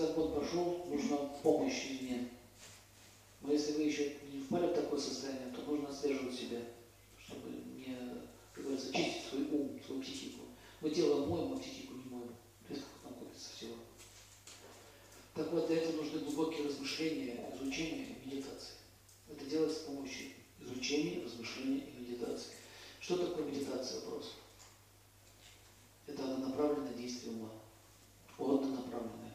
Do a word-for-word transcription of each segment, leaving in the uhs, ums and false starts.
раз год прошел, нужна помощь извне. Но если вы еще не впали в такое состояние, то нужно отслеживать себя, чтобы не, как говорится, чистить свой ум, свою психику. Мы тело моем, а психику не моем. То есть там копится всего. Так вот, для этого нужны глубокие размышления, изучение и медитация. Это делается с помощью изучения, размышления и медитации. Что такое медитация? Вопрос. Это однонаправленное действие ума. Однонаправленное.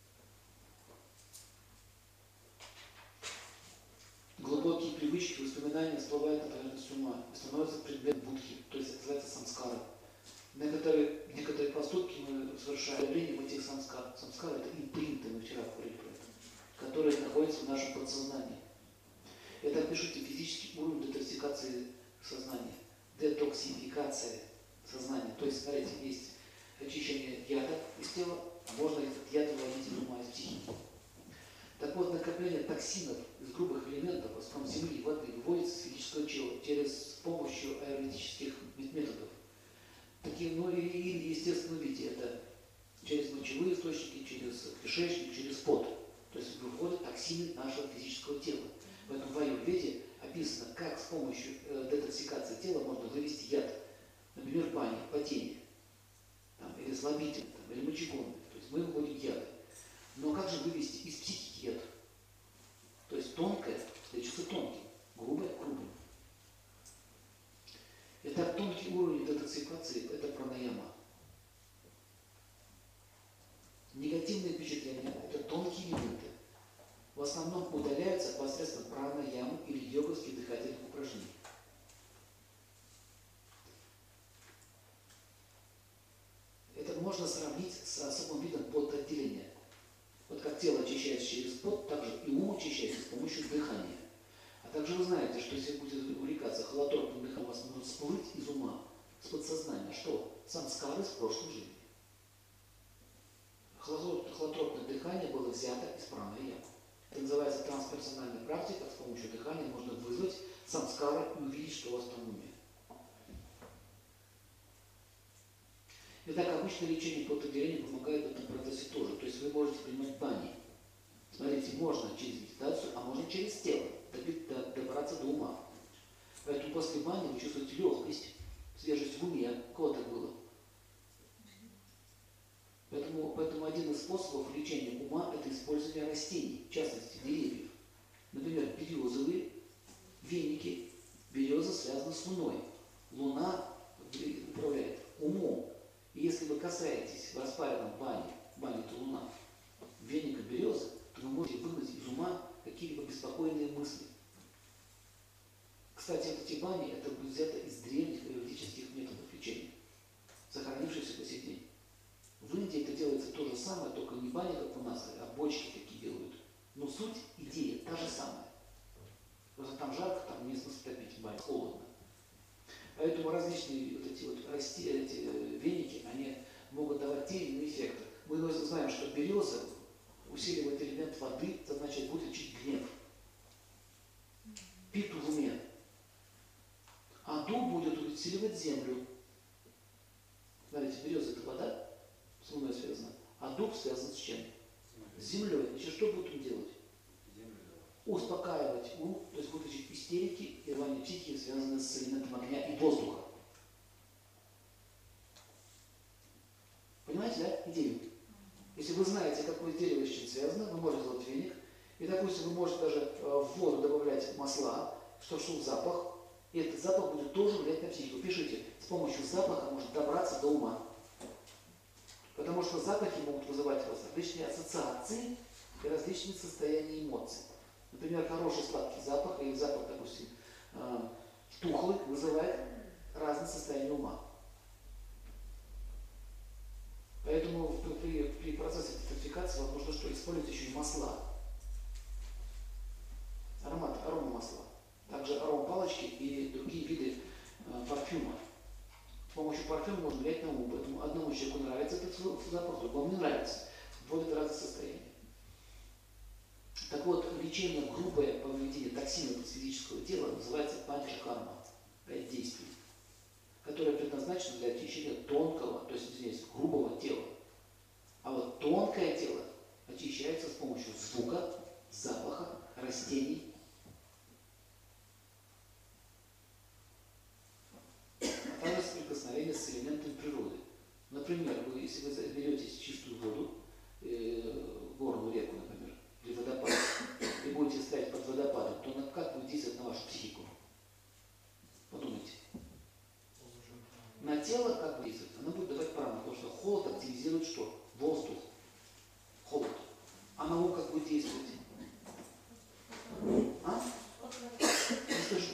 Глубокие привычки, воспоминания всплывают на поверхность ума и становятся предметом будхи, то есть это называется самскара. Некоторые, некоторые поступки мы совершаем явлением этих самскар. Самскара — это импринты, мы вчера говорили про это, которые находятся в нашем подсознании. Это пишите физический уровень детоксикации сознания. Детоксификация сознания. То есть, смотрите, есть очищение яда из тела, а можно этот яд выводить из ума, из психики. Так вот, накопление токсинов из грубых элементов, в основном земли и воды, выводится с физического тела через с помощью аюрведических методов. Такие, ну и, и естественно, видите, это через мочевые источники, через кишечник, через пот. То есть выходят токсины нашего физического тела. Поэтому в аюрведе описано, как с помощью э, детоксикации тела можно вывести яд. Например, в бане, потение, там, или слабитель, там, или мочегонный. То есть мы выводим яды. Но как же вывести из психики яд? То есть тонкое лечится тонким, грубое – грубым. Итак, тонкий уровень детоксикации – это пранаяма. Негативные впечатления – это тонкие элементы. В основном удаляются посредством пранаямы или йоговских дыхательных упражнений. Это можно сравнить с особым видом потоотделения. Вот как тело очищается через пот, так же и ум очищается с помощью дыхания. А также вы знаете, что если будете увлекаться холотропным дыханием, у вас может всплыть из ума, с подсознания, что самскары с прошлой жизни. Холотропное дыхание было взято из пранаямы. Это называется трансперсональная практика. С помощью дыхания можно вызвать самскары и увидеть, что у вас там в уме. Итак, обычное лечение потоотделения помогает в этом процессе тоже. То есть вы можете принимать бани. Смотрите, можно через медитацию, а можно через тело добраться до ума. Поэтому после бани вы чувствуете легкость, свежесть в уме. У кого так было? Поэтому, поэтому один из способов лечения ума – это использование растений, в частности деревьев. Например, березовые веники. Береза связана с луной. Луна управляет умом. И если вы касаетесь в распаренном бане, бане это луна, веника березы, то вы можете выгнать из ума какие-либо беспокойные мысли. Кстати, вот эти бани – это взято из древних аюрведических методов лечения, сохранившихся по сей день. В Индии это делается то же самое, только не бани, как у нас, а бочки такие делают. Но суть, идея та же самая. Просто там жарко, там не смысл топить в бане, холодно. Поэтому различные вот эти вот расти, эти веники, они могут давать те или иные эффекты. Мы знаем, что береза усиливает элемент воды, это значит будет лечить гнев. Питу в уме. А дуб будет усиливать землю. Смотрите, береза это вода, с луной связана, а дуб связан с чем? С землей. Значит, что будет он делать? Успокаивать ум, то есть вытащить истерики и рвание психики, связанные с элементом огня и воздуха. Понимаете, да, идею? Если вы знаете, какое дерево с чем связано, вы можете сделать веник, и, допустим, вы можете даже в воду добавлять масла, чтобы шел запах, и этот запах будет тоже влиять на психику. Пишите, с помощью запаха можно добраться до ума. Потому что запахи могут вызывать у вас различные ассоциации и различные состояния эмоций. Например, хороший сладкий запах или запах, допустим, э, тухлый вызывает разные состояния ума. Поэтому при, при процессе детоксикации вам нужно что? Использовать еще и масла. Аромат, арома масла. Также аромапалочки и другие виды э, парфюма. С помощью парфюма можно влиять на ум. Поэтому одному человеку нравится этот запах, другому не нравится. Вводит разные состояния. Так вот, лечение грубое по выведению токсинов из физического тела называется панчакарма, пять действий, которое предназначено для очищения тонкого, то есть здесь грубого тела. А вот тонкое тело очищается с помощью звука, запаха, растений. А также соприкосновение с элементами природы. Например, вы, если вы берете чистую воду, э, горную реку, например, или водопад, и будете стоять под водопадом, то на, как будет действовать на вашу психику? Подумайте. На тело как будет действовать? Оно будет давать прану, потому что холод активизирует что? Воздух. Холод. А на ум как будет действовать? А? Не слышу.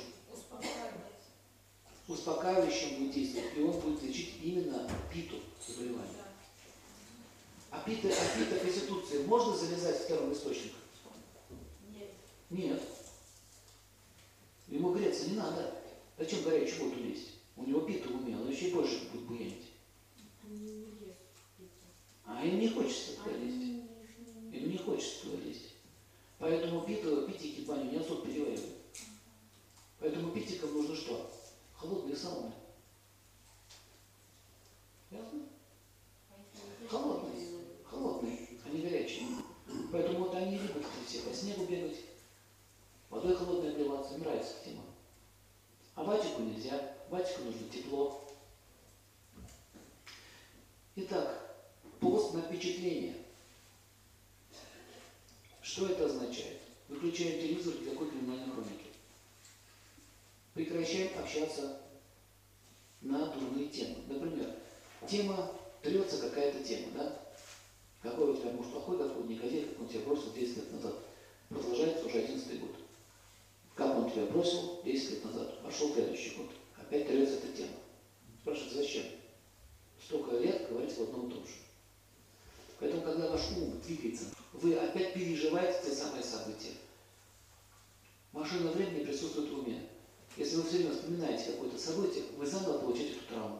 Успокаивающим будет действовать, и он будет лечить именно питу заболевания. А пита, а пита конституции можно залезать в второй источник? Нет. Нет. Ему греться не надо. Зачем горячую воду лезть? У него пита в уме, он еще и больше будет буянить. А им не хочется туда лезть. Им не хочется туда лезть. Поэтому питу, питики в баню не особо переваривают. Поэтому питикам нужно что? Холодные сауны. Ясно? Холодные. Холодные, а не горячие. Поэтому вот они любят все по снегу бегать, водой холодной обливаться. Им нравится тема. А батику нельзя. Батику нужно тепло. Итак, пост на впечатление. Что это означает? Выключаем телевизор, никакой криминальной хроники. Прекращаем общаться на дурные темы. Например, тема, трется какая-то тема, да? Какой у тебя муж плохой, какой он негодяй, как он тебя бросил десять лет назад. Продолжается уже одиннадцатый год. Как он тебя бросил десять лет назад. Пошел следующий год. Опять трется эта тема. Спрашивают, зачем? Столько лет говорить в одном и том же. Поэтому, когда ваш ум двигается, вы опять переживаете те самые события. Машина времени присутствует в уме. Если вы все время вспоминаете какое-то событие, вы заново получаете эту травму.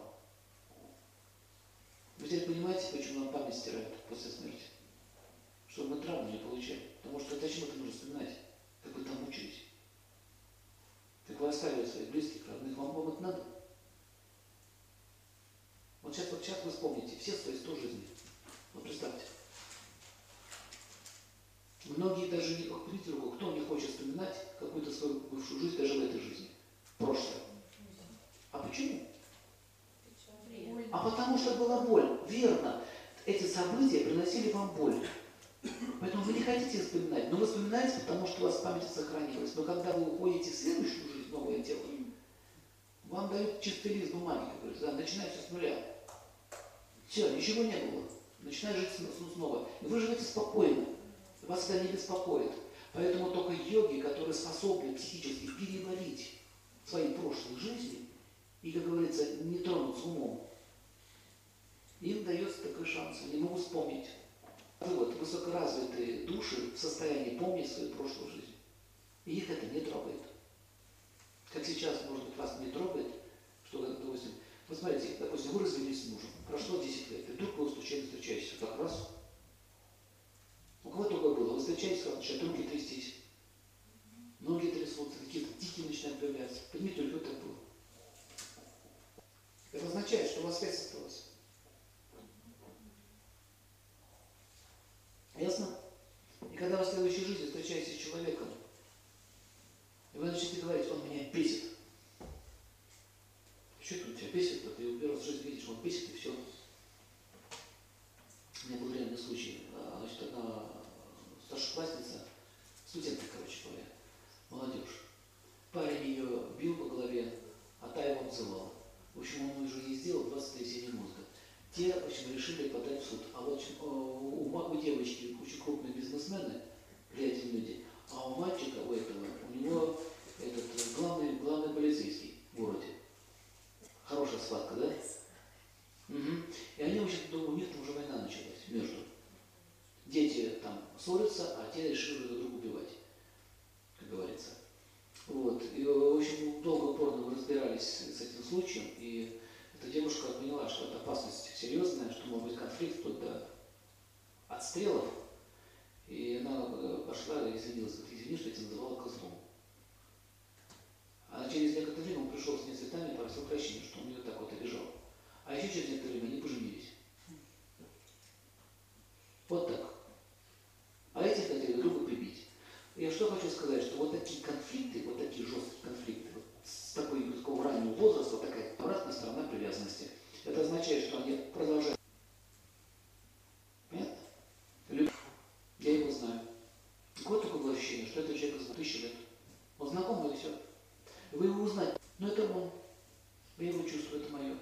Вы теперь понимаете, почему нам память стирают после смерти? Чтобы мы травму не получали. Потому что зачем это нужно вспоминать? Как вы там мучились? Как вы оставили своих близких, родных, вам, вам это надо? Вот сейчас, вот сейчас вы вспомните все свои сто жизней. Вот представьте. Многие даже не видите руку, кто не хочет вспоминать какую-то свою бывшую жизнь даже в этой жизни. Прошлое. А почему? А потому что была боль. Верно. Эти события приносили вам боль. Поэтому вы не хотите вспоминать. Но вы вспоминаете, потому что у вас память сохранилась. Но когда вы уходите в следующую жизнь, новое тело, вам дают чистый лист бумаги, как говорится, да, начинайте с нуля. Все, ничего не было. Начинаете жить снова. И вы живете спокойно. Вас это не беспокоит. Поэтому только йоги, которые способны психически переварить свои прошлые жизни и, как говорится, не тронуться умом, им дается такой шанс. Они могут вспомнить. Вот, высокоразвитые души в состоянии помнить свою прошлую жизнь. И их это не трогает. Как сейчас, может быть, вас не трогает, что, допустим, вы смотрите, допустим, вы развелись с мужем, прошло десять лет, и вдруг вы случайно встречаетесь, как раз. У кого такое было? Вы встречаетесь, как начинают руки трястись, ноги трясутся, какие-то тики начинают появляться. Поднимите только, вот так было. Это означает, что у вас связь осталась. Ясно? И когда вы в следующей жизни встречаетесь с человеком, и вы начнете говорить, он меня бесит. Что это у тебя бесит-то? Ты его первый раз в жизни видишь, он бесит, и все. У меня был реальный случай. Значит, одна старшеклассница, студентка, короче говоря, молодежь. Парень ее бил по голове, а та его обзывала. В общем, он уже ей сделал двадцать трясений мозга. Те, в общем, решили подать в суд. А вот у, у девочки очень крупные бизнесмены, влиятельные люди, а у мальчика, у этого, у него этот главный, главный полицейский в городе. Хорошая схватка, да? Угу. И они, в общем, у них там уже война началась между. Дети там ссорятся, а те решили друг друга убивать, как говорится. Вот. И, в общем, долго-упорно мы разбирались с этим случаем, и эта девушка поняла, что это опасность серьезная, что может быть конфликт вплоть до отстрелов. И она пошла и извинилась, говорит, извини, что я тебя называла козлом. А через некоторое время он пришел с ней цветами и просил прощения, что он ее так вот обижал. А еще через некоторое время они поженились. Вот так. его чувство, это мое.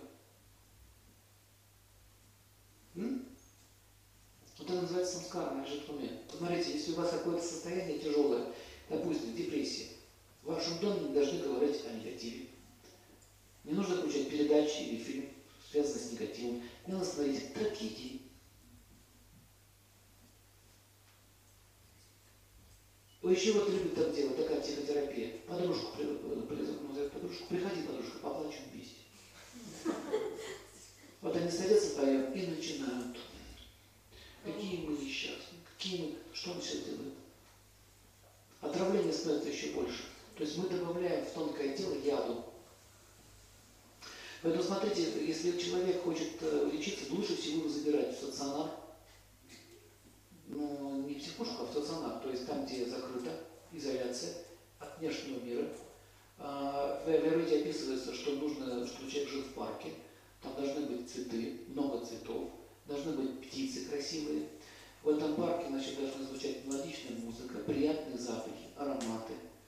М? Вот это называется самскара, лежит в уме. Посмотрите, если у вас какое-то состояние тяжелое, допустим, депрессия, в вашем доме не должны говорить о негативе. Не нужно включать передачи или фильм, связанный с негативом. Не надо смотреть трагедии. Еще вот любят так делать, такая психотерапия. Подружку, подружку, приходи, подружка, поплачем вместе. Вот они садятся вдвоем и начинают. Какие мы несчастные, какие мы, что мы сейчас делаем? Отравление становится еще больше. То есть мы добавляем в тонкое тело яду. Поэтому смотрите, если человек хочет лечиться, лучше всего его забирать в стационар. Ну, не в психушку, а в стационар, то есть там, где закрыта изоляция от внешнего мира. В Аюрведе описывается, что нужно, чтобы человек жил в парке, там должны быть цветы, много цветов, должны быть птицы красивые. В этом парке, значит, должна звучать мелодичная музыка, приятные запахи, ароматы.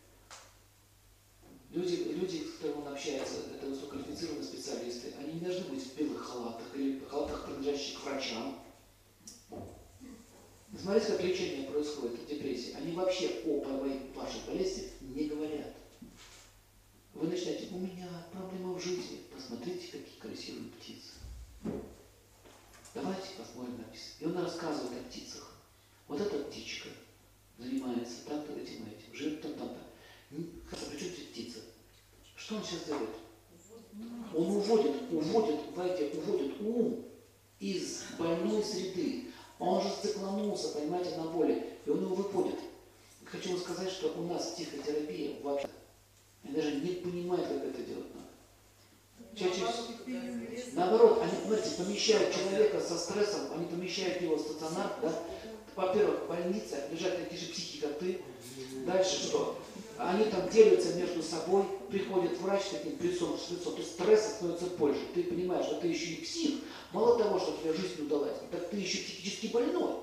Люди, люди, с которыми он общается, это высококвалифицированные специалисты, они не должны быть в белых халатах или в халатах, принадлежащих врачам. Смотрите, как лечение происходит в депрессии. Они вообще о вашей болезни не говорят. Вы начинаете, у меня проблема в жизни. Посмотрите, какие красивые птицы. Давайте посмотрим написано. И он рассказывает о птицах. Вот эта птичка занимается там-то, этим, этим, живет там-там-то. При чем здесь птица? Что он сейчас делает? Он уводит, уводит, знаете, уводит ум из больной среды. Он же цикланулся, понимаете, на боли, и он его выводит. Хочу вам сказать, что у нас психотерапия вообще, они даже не понимают, как это делать надо. Чаще всего, наоборот, они, знаете, помещают человека со стрессом, они помещают его в стационар, да? Во-первых, больница, лежат такие же психи, как ты. Дальше что? Они там делятся между собой, приходит врач с таким лицом, с лицом, то есть стресса становится больше. Ты понимаешь, что ты еще и псих. Мало того, что тебе жизнь не удалась, так ты еще психически больной.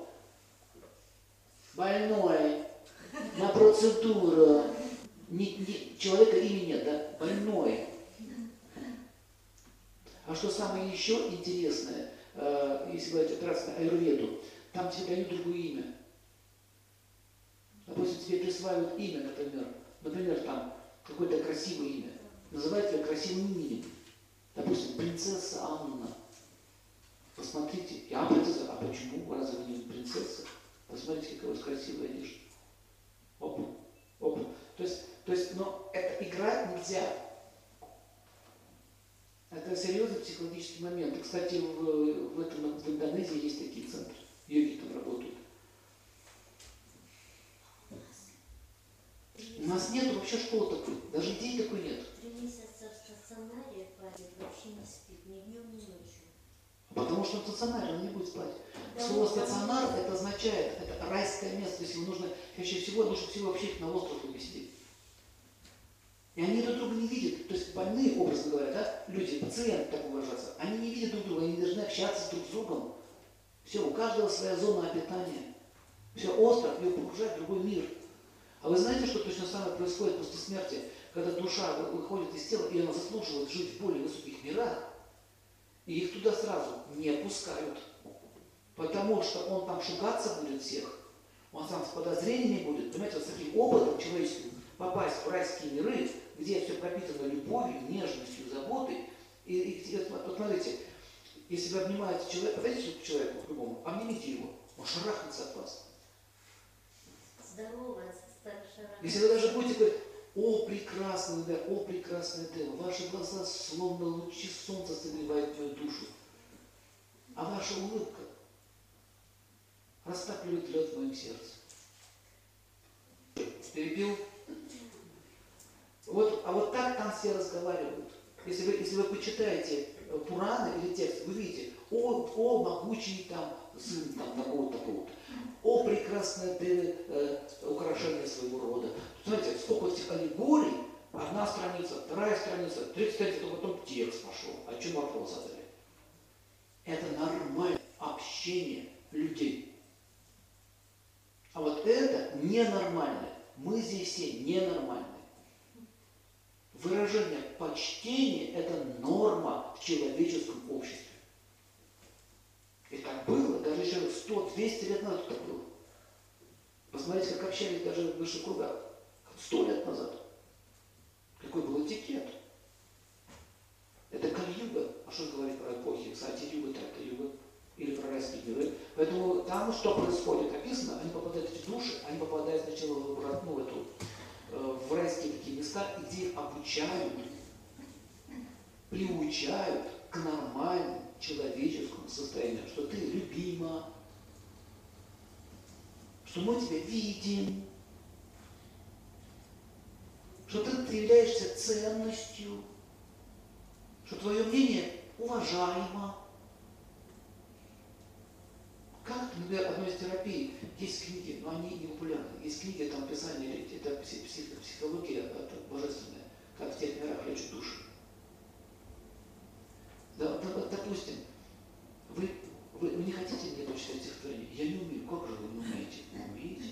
Больной. На процедуру. Не, не, человека имени нет, да? Больной. А что самое еще интересное, э, если говорить опираться на аюрведу, там тебе дают другое имя. Допустим, тебе присваивают имя, например, например, там какое-то красивое имя. Называют тебя красивым именем. Допустим, принцесса Анна. Посмотрите, я принцесса, а почему? Разве вы не принцесса? Посмотрите, какая у вас красивая одежда. Опа, опа. То есть, то есть, но это играть нельзя. Это серьезный психологический момент. И, кстати, в, в, этом, в Индонезии есть такие центры. Йоги там работают. У нас нет вообще школы такой. Даже идеи такой нет. Три месяца в стационаре парень вообще не спит, ни днем, ни ночью. Потому что он стационар, он не будет спать. Да, Слово вот стационар там... это означает, это райское место, если нужно, чаще всего, лучше всего вообще их на остров увезти. И они друг друга не видят. То есть больные, образно говоря, да, люди, пациенты, так выражаться, они не видят друг друга, они должны общаться друг с другом. Все, у каждого своя зона обитания. Все, остров, ее погружает в другой мир. А вы знаете, что точно самое происходит после смерти, когда душа выходит из тела, и она заслуживает жить в более высоких мирах, и их туда сразу не пускают. Потому что он там шугаться будет всех, он сам с подозрениями будет, понимаете, вот с таким опытом человеческим попасть в райские миры, где все пропитано любовью, нежностью, заботой. И, и вот смотрите, если вы обнимаете человека, подойдите к человеку, к любому, обнимите его, он шарахнется от вас. Здорово, старшая. Если вы даже будете говорить, о, прекрасный удар, о, прекрасная дева, ваши глаза словно лучи солнца согревают мою душу, а ваша улыбка растапливает лед в моем сердце. Перебил? Вот, а вот так там все разговаривают. Если вы, если вы почитаете Пураны или текст, вы видите, о, о могучий там сын там такого-то, такого-то, о прекрасное ты, э, украшение своего рода. Смотрите, сколько этих аллегорий, одна страница, вторая страница, третья страница, то потом текст пошел. О чем вопрос задали? Это нормальное общение людей. А вот это ненормальное. Мы здесь все ненормальные. выражение почтения – это норма в человеческом обществе. И так было, даже еще сто-двести лет назад так было. Посмотрите, как общались даже в высших кругах. Сто лет назад. Какой был этикет. Это Кали-юга. А что говорить про эпохи? Сати-юга, Трета-юга. Или про райские миры. Поэтому там что происходит? Написано, они попадают в эти души, они попадают сначала в, ну, в, эту, в райские такие места, где их обучают, приучают к нормальному человеческому состоянию, что ты любима, что мы тебя видим, что ты, ты являешься ценностью, что твое мнение уважаемо. Как, например, одной из терапий, есть книги, но они не популярны, есть книги, там описание, это психология это божественная, как в тех мирах лечат души. Да, допустим, вы, вы, вы не хотите мне прочитать стихотворение? Я не умею. Как же вы не умеете? Не умеете.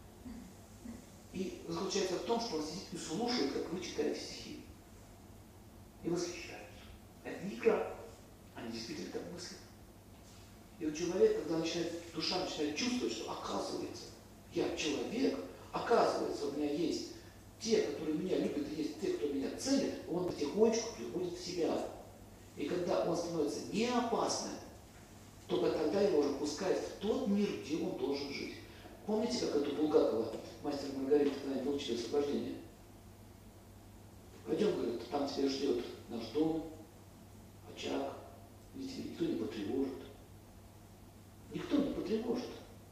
И заключается в том, что он сидит и слушает, как вы читаете стихи. И восхищается. Это не игра. Они действительно так мыслят. И у человека, когда начинает, душа начинает чувствовать, что оказывается, я человек, оказывается, у меня есть те, которые меня любят, и есть те, кто меня ценит, он потихонечку приходит в себя. И когда он становится не опасным, только тогда его уже пускают в тот мир, где он должен жить. Помните, как это Булгакова, мастер Маргарита, когда они получили освобождение? Пойдем, говорит, там тебя ждет наш дом, очаг, где тебя никто не потревожит. Никто не потревожит.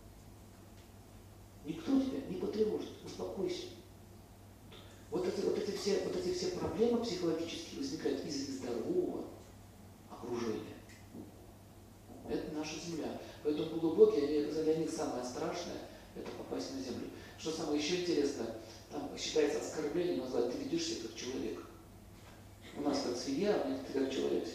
Никто тебя не потревожит. Успокойся. Вот эти, вот эти, все, вот эти все проблемы психологические возникают из нездорового окружения. Это наша земля. Поэтому полубоги, для них самое страшное – это попасть на землю. Что самое еще интересное, там считается оскорблением назвать, ты ведешь себя как человек. У нас как свинья, а у них ты как человек.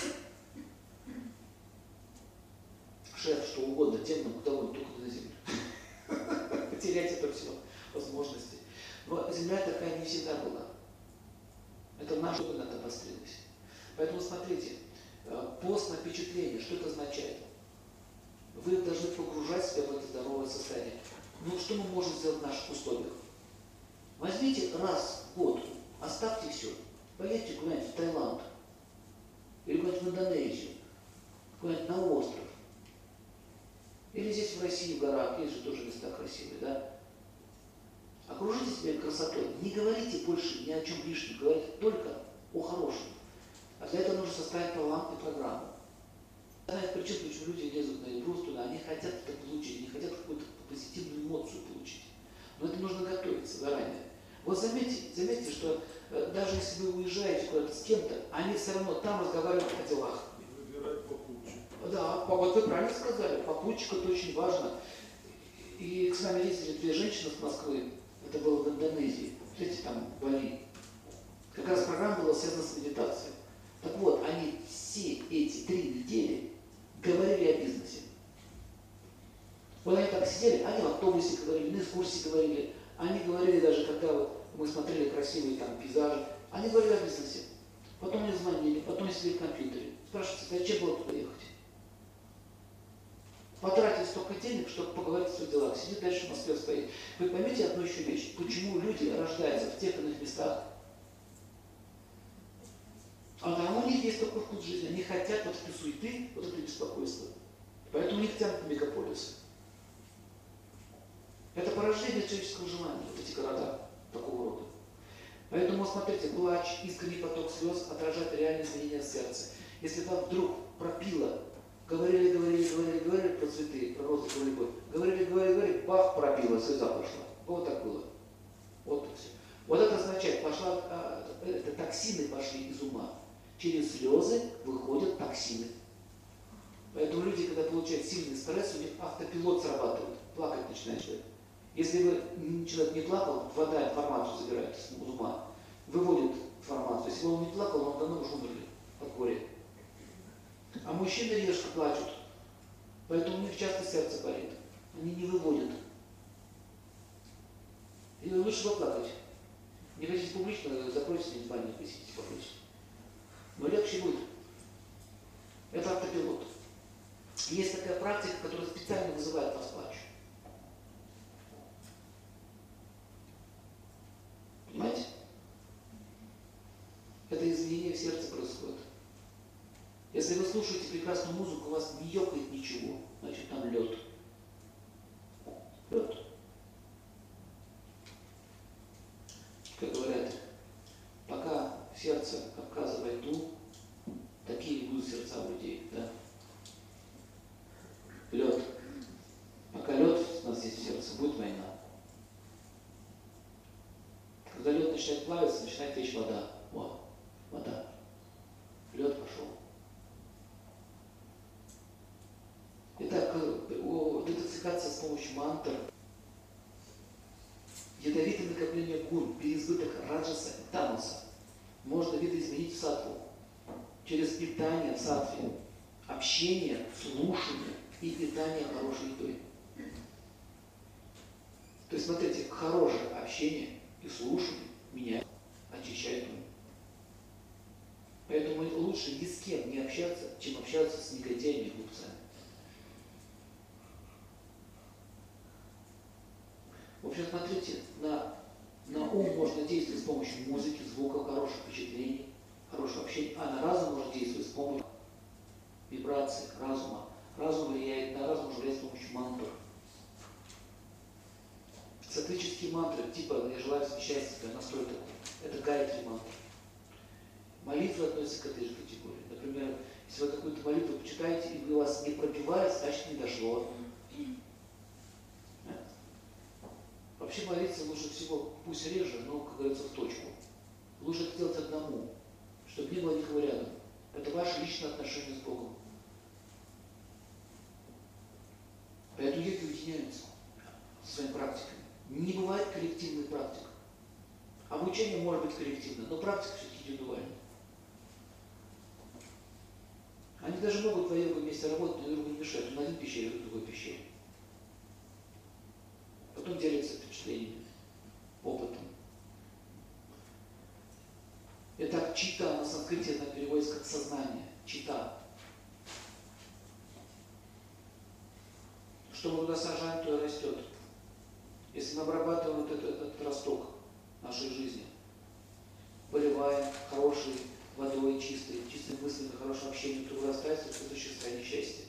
Шеф, что угодно, тем нам довольно, только на землю. Потерять это все возможности. Но земля такая не всегда была. Это наша это обострилось. Поэтому смотрите, пост на впечатление, что это означает? Вы должны погружать себя в это здоровое состояние. Ну, что мы можем сделать в наших условиях? Возьмите раз в год, оставьте все, поедьте куда-нибудь в Таиланд, или куда-нибудь в Индонезию, куда-нибудь на остров. Или здесь в России, в горах, есть же тоже места красивые, да? Окружите себя красотой. Не говорите больше ни о чем лишнем, говорите только о хорошем. А для этого нужно составить план и программу. Знаете, причем, почему люди лезут на Эльбрус туда, они хотят это получить, они хотят какую-то позитивную эмоцию получить. Но это нужно готовиться заранее. Вот заметьте, заметьте, что э, даже если вы уезжаете куда-то с кем-то, они все равно там разговаривают о делах. И выбирать попутчик. Да, вот вы правильно сказали, попутчик это очень важно. И к нами ездили две женщины с Москвы, это было в Индонезии, смотрите, там Бали. Как раз программа была связана с медитацией. Так вот, они все эти три недели говорили о бизнесе. Вот они так сидели, они в автобусе говорили, на экскурсии говорили, они говорили даже, когда вот мы смотрели красивые там пейзажи, они говорили о бизнесе. Потом мне звонили, потом сидели в компьютере. Спрашивайте, зачем было туда ехать? Потратили столько денег, чтобы поговорить о своих делах. Сидит дальше в Москве стоит. Вы поймете одну еще вещь. Почему люди рождаются в тех или иных местах? А там у них есть такой вкус жизни. Они хотят вот этой суеты, вот это беспокойство. Поэтому их тянут на мегаполисы. Это порождение человеческого желания, вот эти города такого рода. Поэтому, смотрите, плач, искренний поток слез отражает реальные изменения в сердце. Если вас вдруг пропило, говорили, говорили, говорили, говорили про цветы, про розы, про любовь, говорили, говорили, говорили, бах, пропило, слеза пошла. Вот так было. Вот все. Вот это означает, пошла, а, это токсины пошли из ума. Через слезы выходят токсины. Поэтому люди, когда получают сильный стресс, у них автопилот срабатывает, плакать начинает человек. Если бы человек не плакал, вода информацию забирает из ума, выводит информацию. Если бы он не плакал, он давно уже умерли от горя. А мужчины резко плачут, поэтому у них часто сердце болит. Они не выводят. И лучше поплакать. Не хотите публично, закройте в бане, посидите, попробуйте. Но легче будет. Это автопилот. Есть такая практика, которая специально вызывает вас плач. Понимаете? Это изменение в сердце происходит. Если вы слушаете прекрасную музыку, у вас не ёкает ничего, значит там лед. Лед. Как говорят, пока в сердце Кавказа войду, такие будут сердца у людей, да? Лед. Пока лед у нас есть в сердце, будет война. Когда лед начинает плавиться, начинает течь вода. О, вода. Лед пошел. Итак, детоксикация с помощью мантр. Ядовитое накопление гун, переизбыток раджаса и тамаса можно видоизменить в саттву через питание в саттве, общение, слушание и питание хорошей едой. То есть, смотрите, хорошее общение и слушание меня очищает ум. Поэтому лучше ни с кем не общаться, чем общаться с негодяями и глупцами. В общем, смотрите, на, на ум можно действовать с помощью музыки, звука, хороших впечатлений, хорошего общения, а на разум можно действовать с помощью вибраций, разума. Разум влияет, на разум можно влиять с помощью мантр. Сатвические мантры, типа «Я желаю себе счастья», настрой такой, это гайатри мантра. Молитвы относятся к этой же категории. Например, если вы какую-то молитву почитаете, и вы вас не пробивает, значит не дошло. Вообще молиться лучше всего, пусть реже, но, как говорится, в точку. Лучше это делать одному, чтобы не было никого рядом. Это ваше личное отношение с Богом. Поэтому йоги уединяются со своими практиками. Не бывает коллективных практик. Обучение может быть коллективное, но практика все-таки индивидуальная. Они даже могут вдвоем вместе работать, друг другу не мешают. Он один пещере, в другой пещере. Потом делятся впечатлениями, опытом. Итак, чита на санскрите это переводится как сознание. Чита. Что мы туда сажаем, то и растет. Если мы обрабатываем вот этот, этот росток нашей жизни, поливаем хорошей водой, чистой, чистыми мыслями, хорошим общением, то вырастает в следующее состояние счастья.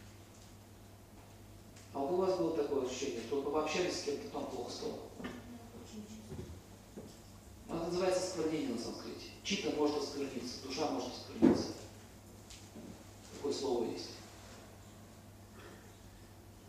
А у вас было такое ощущение, что вы пообщались с кем-то, там плохо стало? Это называется осквернение на санскрите. Чита может оскверниться, душа может оскверниться. Такое слово есть.